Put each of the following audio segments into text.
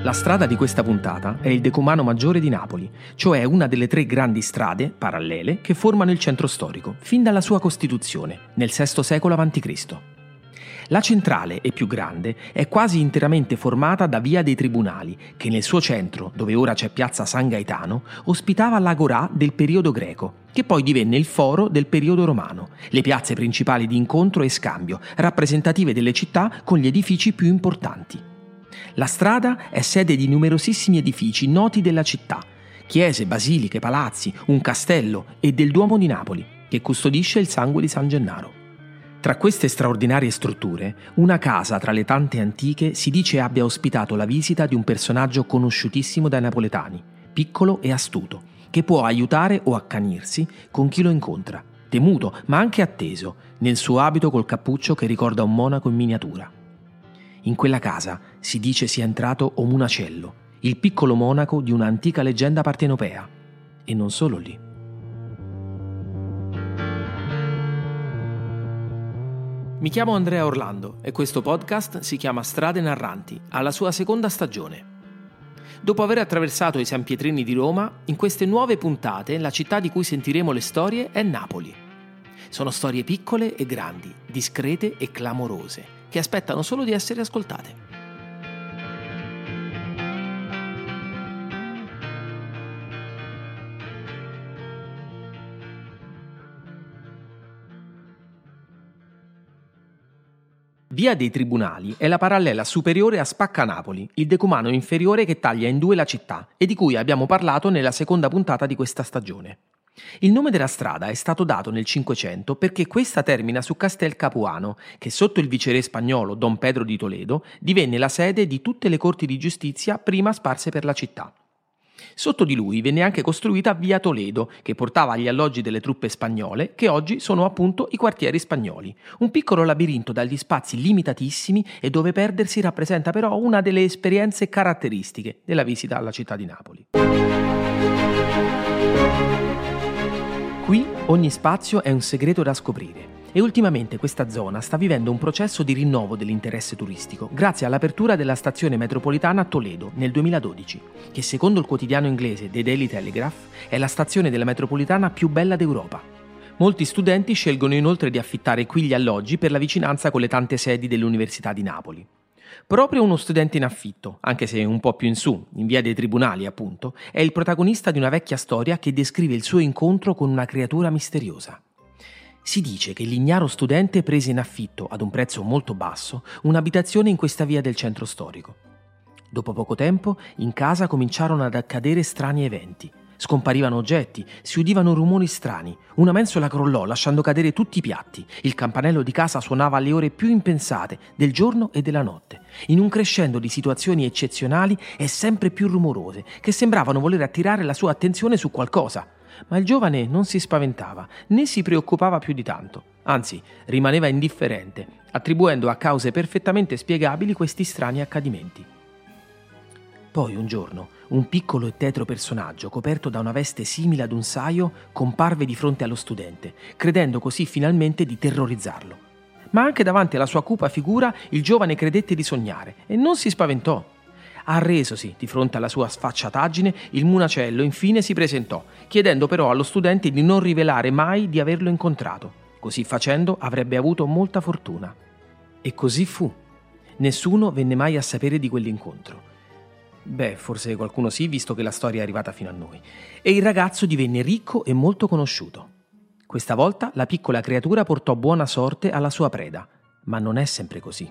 La strada di questa puntata è il Decumano Maggiore di Napoli, cioè una delle 3 grandi strade parallele che formano il centro storico, fin dalla sua costituzione, nel VI secolo a.C. La centrale e più grande è quasi interamente formata da Via dei Tribunali, che nel suo centro, dove ora c'è Piazza San Gaetano, ospitava l'Agorà del periodo greco, che poi divenne il foro del periodo romano, le piazze principali di incontro e scambio, rappresentative delle città con gli edifici più importanti. La strada è sede di numerosissimi edifici noti della città, chiese, basiliche, palazzi, un castello e del Duomo di Napoli, che custodisce il sangue di San Gennaro. Tra queste straordinarie strutture, una casa tra le tante antiche si dice abbia ospitato la visita di un personaggio conosciutissimo dai napoletani, piccolo e astuto, che può aiutare o accanirsi con chi lo incontra, temuto ma anche atteso, nel suo abito col cappuccio che ricorda un monaco in miniatura. In quella casa si dice sia entrato Omunacello, il piccolo monaco di un'antica leggenda partenopea. E non solo lì. Mi chiamo Andrea Orlando e questo podcast si chiama Strade Narranti, alla sua seconda stagione. Dopo aver attraversato i San Pietrini di Roma, in queste nuove puntate la città di cui sentiremo le storie è Napoli. Sono storie piccole e grandi, discrete e clamorose, che aspettano solo di essere ascoltate. Via dei Tribunali è la parallela superiore a Spaccanapoli, il decumano inferiore che taglia in 2 la città e di cui abbiamo parlato nella seconda puntata di questa stagione. Il nome della strada è stato dato nel Cinquecento perché questa termina su Castel Capuano, che sotto il viceré spagnolo Don Pedro di Toledo divenne la sede di tutte le corti di giustizia prima sparse per la città. Sotto di lui venne anche costruita Via Toledo, che portava agli alloggi delle truppe spagnole, che oggi sono appunto i quartieri spagnoli, un piccolo labirinto dagli spazi limitatissimi e dove perdersi rappresenta però una delle esperienze caratteristiche della visita alla città di Napoli. Qui ogni spazio è un segreto da scoprire e ultimamente questa zona sta vivendo un processo di rinnovo dell'interesse turistico grazie all'apertura della stazione metropolitana a Toledo nel 2012, che secondo il quotidiano inglese The Daily Telegraph è la stazione della metropolitana più bella d'Europa. Molti studenti scelgono inoltre di affittare qui gli alloggi per la vicinanza con le tante sedi dell'Università di Napoli. Proprio uno studente in affitto, anche se un po' più in su, in Via dei Tribunali appunto, è il protagonista di una vecchia storia che descrive il suo incontro con una creatura misteriosa. Si dice che l'ignaro studente prese in affitto, ad un prezzo molto basso, un'abitazione in questa via del centro storico. Dopo poco tempo, in casa cominciarono ad accadere strani eventi. Scomparivano oggetti, si udivano rumori strani, una mensola crollò lasciando cadere tutti i piatti, il campanello di casa suonava alle ore più impensate del giorno e della notte, in un crescendo di situazioni eccezionali e sempre più rumorose, che sembravano voler attirare la sua attenzione su qualcosa. Ma il giovane non si spaventava, né si preoccupava più di tanto, anzi rimaneva indifferente, attribuendo a cause perfettamente spiegabili questi strani accadimenti. Poi un giorno un piccolo e tetro personaggio, coperto da una veste simile ad un saio, comparve di fronte allo studente, credendo così finalmente di terrorizzarlo. Ma anche davanti alla sua cupa figura il giovane credette di sognare e non si spaventò. Arresosi di fronte alla sua sfacciataggine, il munacello infine si presentò, chiedendo però allo studente di non rivelare mai di averlo incontrato. Così facendo avrebbe avuto molta fortuna. E così fu. Nessuno venne mai a sapere di quell'incontro. Beh, forse qualcuno sì, visto che la storia è arrivata fino a noi. E il ragazzo divenne ricco e molto conosciuto. Questa volta la piccola creatura portò buona sorte alla sua preda, ma non è sempre così.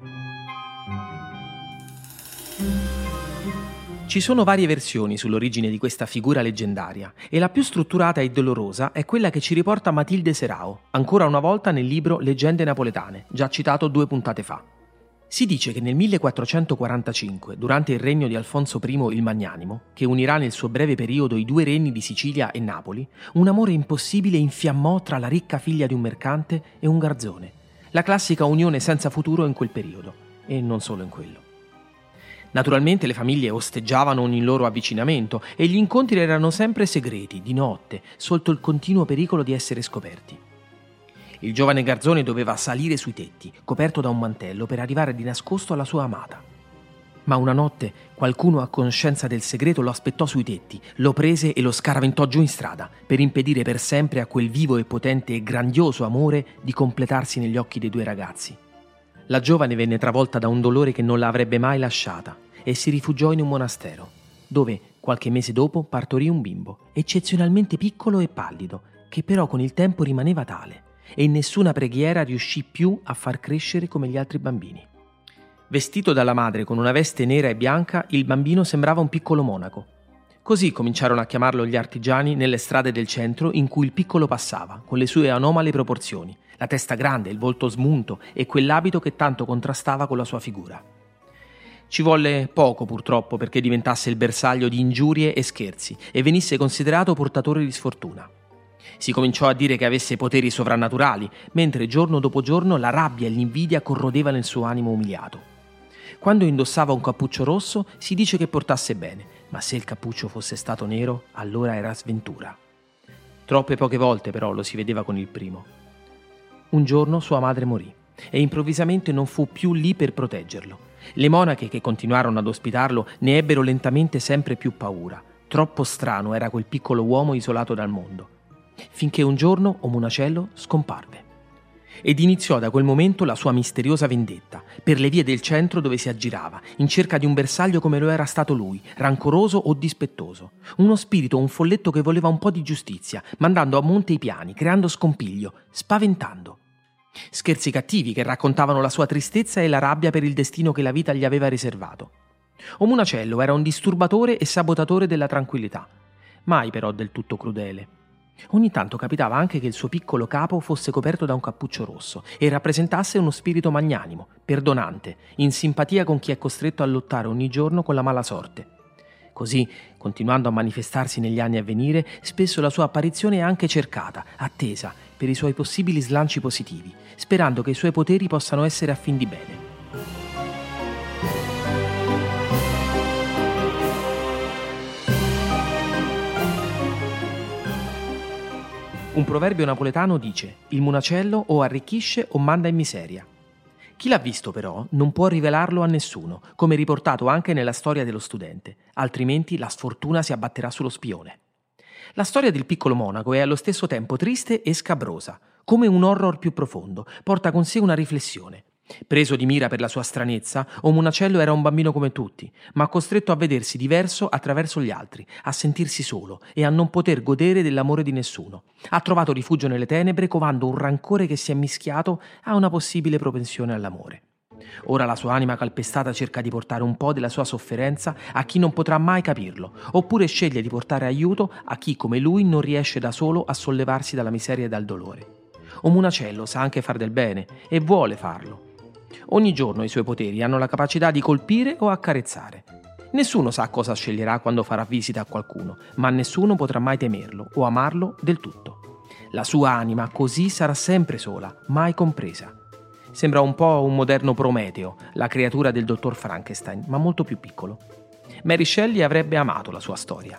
Ci sono varie versioni sull'origine di questa figura leggendaria e la più strutturata e dolorosa è quella che ci riporta Matilde Serao, ancora una volta nel libro Leggende napoletane, già citato 2 puntate fa. Si dice che nel 1445, durante il regno di Alfonso I il Magnanimo, che unirà nel suo breve periodo i 2 regni di Sicilia e Napoli, un amore impossibile infiammò tra la ricca figlia di un mercante e un garzone, la classica unione senza futuro in quel periodo, e non solo in quello. Naturalmente le famiglie osteggiavano ogni loro avvicinamento e gli incontri erano sempre segreti, di notte, sotto il continuo pericolo di essere scoperti. Il giovane garzone doveva salire sui tetti, coperto da un mantello, per arrivare di nascosto alla sua amata. Ma una notte qualcuno a conoscenza del segreto lo aspettò sui tetti, lo prese e lo scaraventò giù in strada per impedire per sempre a quel vivo e potente e grandioso amore di completarsi negli occhi dei due ragazzi. La giovane venne travolta da un dolore che non la avrebbe mai lasciata e si rifugiò in un monastero, dove qualche mese dopo partorì un bimbo, eccezionalmente piccolo e pallido, che però con il tempo rimaneva tale e in nessuna preghiera riuscì più a far crescere come gli altri bambini. Vestito dalla madre con una veste nera e bianca, il bambino sembrava un piccolo monaco. Così cominciarono a chiamarlo gli artigiani nelle strade del centro in cui il piccolo passava, con le sue anomale proporzioni, la testa grande, il volto smunto e quell'abito che tanto contrastava con la sua figura. Ci volle poco purtroppo perché diventasse il bersaglio di ingiurie e scherzi e venisse considerato portatore di sfortuna. Si cominciò a dire che avesse poteri sovrannaturali, mentre giorno dopo giorno la rabbia e l'invidia corrodeva nel suo animo umiliato. Quando indossava un cappuccio rosso si dice che portasse bene, ma se il cappuccio fosse stato nero, allora era sventura. Troppe poche volte però lo si vedeva con il primo. Un giorno sua madre morì e improvvisamente non fu più lì per proteggerlo. Le monache che continuarono ad ospitarlo ne ebbero lentamente sempre più paura. Troppo strano era quel piccolo uomo isolato dal mondo. Finché un giorno Omunacello scomparve. Ed iniziò da quel momento la sua misteriosa vendetta, per le vie del centro dove si aggirava, in cerca di un bersaglio come lo era stato lui, rancoroso o dispettoso. Uno spirito o un folletto che voleva un po' di giustizia, mandando a monte i piani, creando scompiglio, spaventando. Scherzi cattivi che raccontavano la sua tristezza e la rabbia per il destino che la vita gli aveva riservato. Omunacello era un disturbatore e sabotatore della tranquillità, mai però del tutto crudele. Ogni tanto capitava anche che il suo piccolo capo fosse coperto da un cappuccio rosso e rappresentasse uno spirito magnanimo, perdonante, in simpatia con chi è costretto a lottare ogni giorno con la mala sorte. Così, continuando a manifestarsi negli anni a venire, spesso la sua apparizione è anche cercata, attesa, per i suoi possibili slanci positivi, sperando che i suoi poteri possano essere a fin di bene. Un proverbio napoletano dice: il munacello o arricchisce o manda in miseria. Chi l'ha visto però non può rivelarlo a nessuno, come riportato anche nella storia dello studente, altrimenti la sfortuna si abbatterà sullo spione. La storia del piccolo monaco è allo stesso tempo triste e scabrosa, come un horror più profondo, porta con sé una riflessione. Preso di mira per la sua stranezza, Omunacello era un bambino come tutti, ma costretto a vedersi diverso attraverso gli altri, a sentirsi solo e a non poter godere dell'amore di nessuno. Ha trovato rifugio nelle tenebre, covando un rancore che si è mischiato a una possibile propensione all'amore. Ora la sua anima calpestata cerca di portare un po' della sua sofferenza a chi non potrà mai capirlo, oppure sceglie di portare aiuto a chi come lui non riesce da solo a sollevarsi dalla miseria e dal dolore. Omunacello sa anche far del bene e vuole farlo. Ogni giorno i suoi poteri hanno la capacità di colpire o accarezzare. Nessuno sa cosa sceglierà quando farà visita a qualcuno, ma nessuno potrà mai temerlo o amarlo del tutto. La sua anima così sarà sempre sola, mai compresa. Sembra un po' un moderno Prometeo, la creatura del dottor Frankenstein, ma molto più piccolo. Mary Shelley avrebbe amato la sua storia.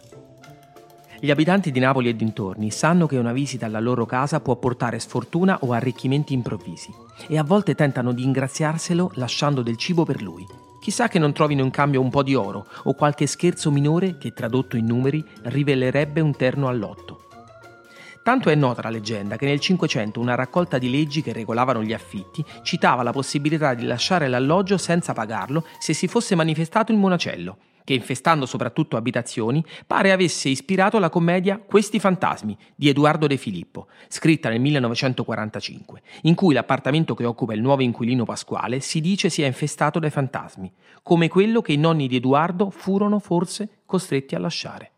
Gli abitanti di Napoli e dintorni sanno che una visita alla loro casa può portare sfortuna o arricchimenti improvvisi e a volte tentano di ingraziarselo lasciando del cibo per lui. Chissà che non trovino in cambio un po' di oro o qualche scherzo minore che, tradotto in numeri, rivelerebbe un terno al lotto. Tanto è nota la leggenda che nel Cinquecento una raccolta di leggi che regolavano gli affitti citava la possibilità di lasciare l'alloggio senza pagarlo se si fosse manifestato il monacello, che infestando soprattutto abitazioni pare avesse ispirato la commedia Questi fantasmi di Edoardo De Filippo, scritta nel 1945, in cui l'appartamento che occupa il nuovo inquilino Pasquale si dice sia infestato dai fantasmi, come quello che i nonni di Edoardo furono forse costretti a lasciare.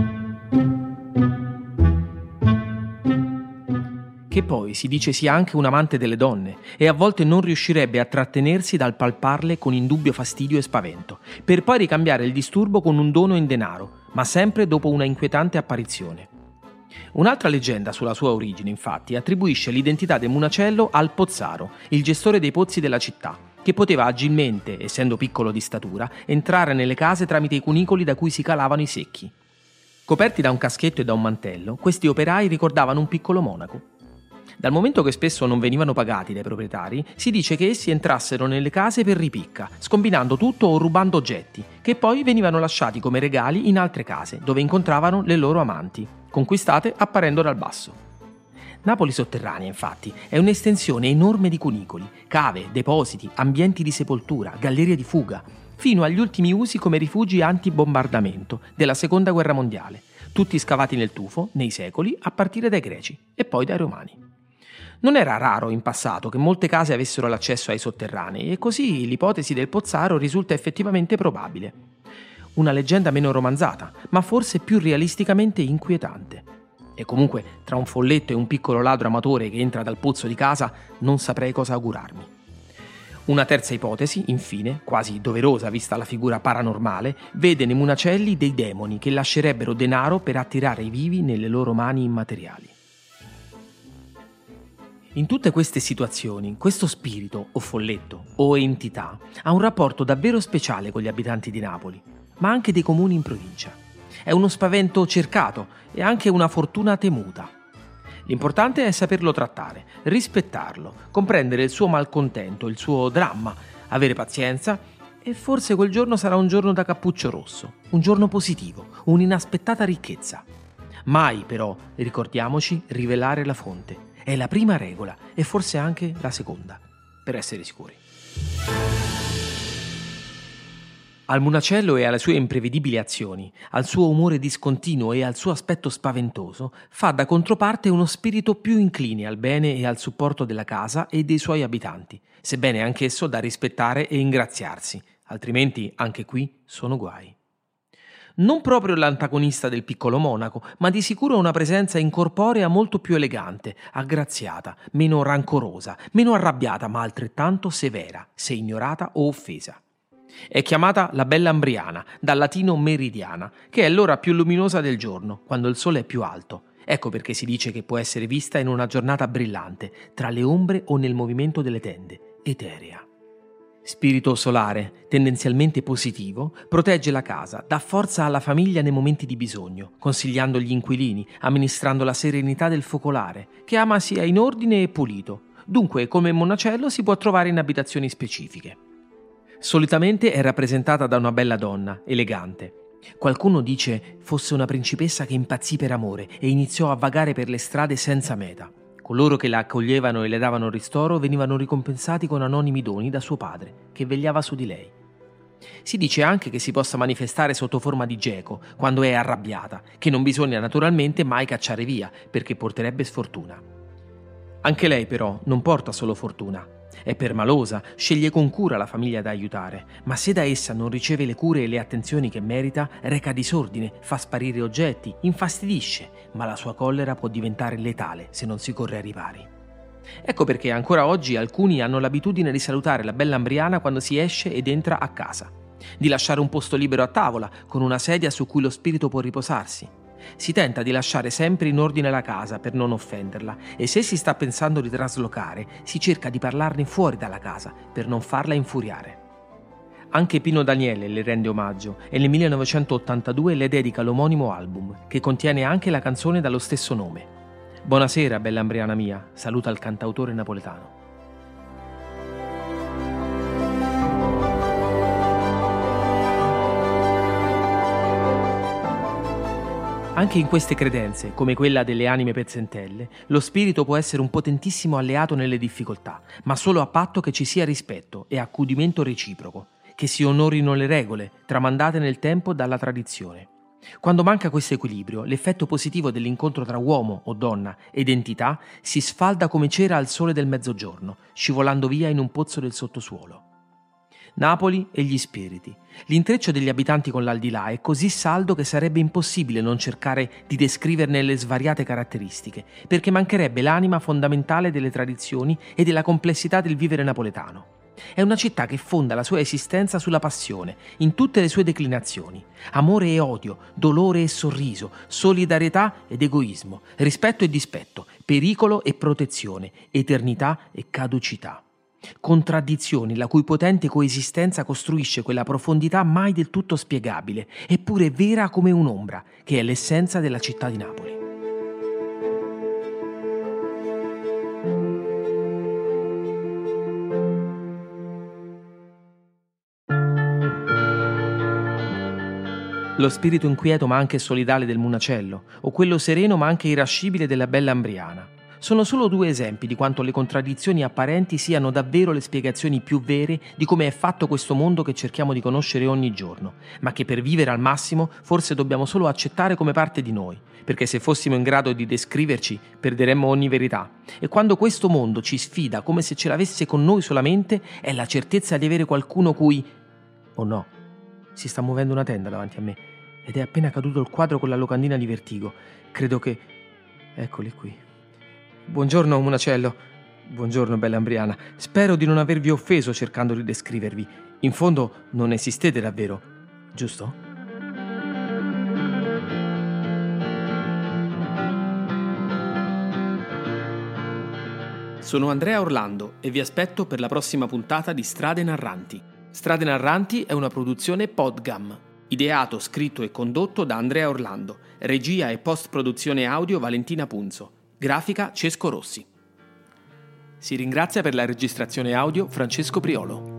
Che poi si dice sia anche un amante delle donne e a volte non riuscirebbe a trattenersi dal palparle con indubbio fastidio e spavento, per poi ricambiare il disturbo con un dono in denaro, ma sempre dopo una inquietante apparizione. Un'altra leggenda sulla sua origine, infatti, attribuisce l'identità del Munacello al Pozzaro, il gestore dei pozzi della città, che poteva agilmente, essendo piccolo di statura, entrare nelle case tramite i cunicoli da cui si calavano i secchi. Coperti da un caschetto e da un mantello, questi operai ricordavano un piccolo monaco. Dal momento che spesso non venivano pagati dai proprietari, si dice che essi entrassero nelle case per ripicca, scombinando tutto o rubando oggetti, che poi venivano lasciati come regali in altre case, dove incontravano le loro amanti, conquistate apparendo dal basso. Napoli sotterranea, infatti, è un'estensione enorme di cunicoli, cave, depositi, ambienti di sepoltura, gallerie di fuga, fino agli ultimi usi come rifugi antibombardamento della Seconda Guerra Mondiale, tutti scavati nel tufo, nei secoli, a partire dai Greci e poi dai Romani. Non era raro in passato che molte case avessero l'accesso ai sotterranei e così l'ipotesi del Pozzaro risulta effettivamente probabile. Una leggenda meno romanzata, ma forse più realisticamente inquietante. E comunque, tra un folletto e un piccolo ladro amatore che entra dal pozzo di casa, non saprei cosa augurarmi. Una terza ipotesi, infine, quasi doverosa vista la figura paranormale, vede nei Munacelli dei demoni che lascerebbero denaro per attirare i vivi nelle loro mani immateriali. In tutte queste situazioni, questo spirito, o folletto, o entità, ha un rapporto davvero speciale con gli abitanti di Napoli, ma anche dei comuni in provincia. È uno spavento cercato e anche una fortuna temuta. L'importante è saperlo trattare, rispettarlo, comprendere il suo malcontento, il suo dramma, avere pazienza e forse quel giorno sarà un giorno da cappuccio rosso, un giorno positivo, un'inaspettata ricchezza. Mai però, ricordiamoci, rivelare la fonte. È la prima regola e forse anche la seconda, per essere sicuri. Al Munacello e alle sue imprevedibili azioni, al suo umore discontinuo e al suo aspetto spaventoso, fa da controparte uno spirito più incline al bene e al supporto della casa e dei suoi abitanti, sebbene anch'esso da rispettare e ingraziarsi, altrimenti anche qui sono guai. Non proprio l'antagonista del piccolo monaco, ma di sicuro una presenza incorporea molto più elegante, aggraziata, meno rancorosa, meno arrabbiata, ma altrettanto severa, se ignorata o offesa. È chiamata la Bella Ambriana, dal latino meridiana, che è l'ora più luminosa del giorno, quando il sole è più alto. Ecco perché si dice che può essere vista in una giornata brillante, tra le ombre o nel movimento delle tende, eterea. Spirito solare, tendenzialmente positivo, protegge la casa, dà forza alla famiglia nei momenti di bisogno, consigliando gli inquilini, amministrando la serenità del focolare, che ama sia in ordine e pulito. Dunque, come Monacello, si può trovare in abitazioni specifiche. Solitamente è rappresentata da una bella donna, elegante. Qualcuno dice fosse una principessa che impazzì per amore e iniziò a vagare per le strade senza meta. Coloro che la accoglievano e le davano ristoro venivano ricompensati con anonimi doni da suo padre, che vegliava su di lei. Si dice anche che si possa manifestare sotto forma di geco, quando è arrabbiata, che non bisogna naturalmente mai cacciare via, perché porterebbe sfortuna. Anche lei però non porta solo fortuna. È permalosa, sceglie con cura la famiglia da aiutare, ma se da essa non riceve le cure e le attenzioni che merita, reca disordine, fa sparire oggetti, infastidisce, ma la sua collera può diventare letale se non si corre ai ripari. Ecco perché ancora oggi alcuni hanno l'abitudine di salutare la Bella Ambriana quando si esce ed entra a casa, di lasciare un posto libero a tavola, con una sedia su cui lo spirito può riposarsi. Si tenta di lasciare sempre in ordine la casa per non offenderla e se si sta pensando di traslocare, si cerca di parlarne fuori dalla casa per non farla infuriare. Anche Pino Daniele le rende omaggio e nel 1982 le dedica l'omonimo album, che contiene anche la canzone dallo stesso nome. Buonasera, Bella Ambriana mia, saluta il cantautore napoletano. Anche in queste credenze, come quella delle anime pezzentelle, lo spirito può essere un potentissimo alleato nelle difficoltà, ma solo a patto che ci sia rispetto e accudimento reciproco, che si onorino le regole tramandate nel tempo dalla tradizione. Quando manca questo equilibrio, l'effetto positivo dell'incontro tra uomo o donna ed entità si sfalda come cera al sole del mezzogiorno, scivolando via in un pozzo del sottosuolo. Napoli e gli spiriti. L'intreccio degli abitanti con l'aldilà è così saldo che sarebbe impossibile non cercare di descriverne le svariate caratteristiche, perché mancherebbe l'anima fondamentale delle tradizioni e della complessità del vivere napoletano. È una città che fonda la sua esistenza sulla passione, in tutte le sue declinazioni. Amore e odio, dolore e sorriso, solidarietà ed egoismo, rispetto e dispetto, pericolo e protezione, eternità e caducità. Contraddizioni la cui potente coesistenza costruisce quella profondità mai del tutto spiegabile, eppure vera come un'ombra, che è l'essenza della città di Napoli. Lo spirito inquieto ma anche solidale del Munacello, o quello sereno ma anche irascibile della bella Ambriana. Sono solo 2 esempi di quanto le contraddizioni apparenti siano davvero le spiegazioni più vere di come è fatto questo mondo che cerchiamo di conoscere ogni giorno, ma che per vivere al massimo forse dobbiamo solo accettare come parte di noi, perché se fossimo in grado di descriverci perderemmo ogni verità. E quando questo mondo ci sfida come se ce l'avesse con noi solamente, è la certezza di avere qualcuno cui... Oh no, si sta muovendo una tenda davanti a me ed è appena caduto il quadro con la locandina di Vertigo. Credo che... Eccoli qui. Buongiorno Munacello. Buongiorno bella Ambriana. Spero di non avervi offeso cercando di descrivervi. In fondo non esistete davvero, giusto? Sono Andrea Orlando e vi aspetto per la prossima puntata di Strade Narranti. Strade Narranti è una produzione Podgam. Ideato, scritto e condotto da Andrea Orlando. Regia e post-produzione audio Valentina Punzo. Grafica Cesco Rossi. Si ringrazia per la registrazione audio Francesco Priolo.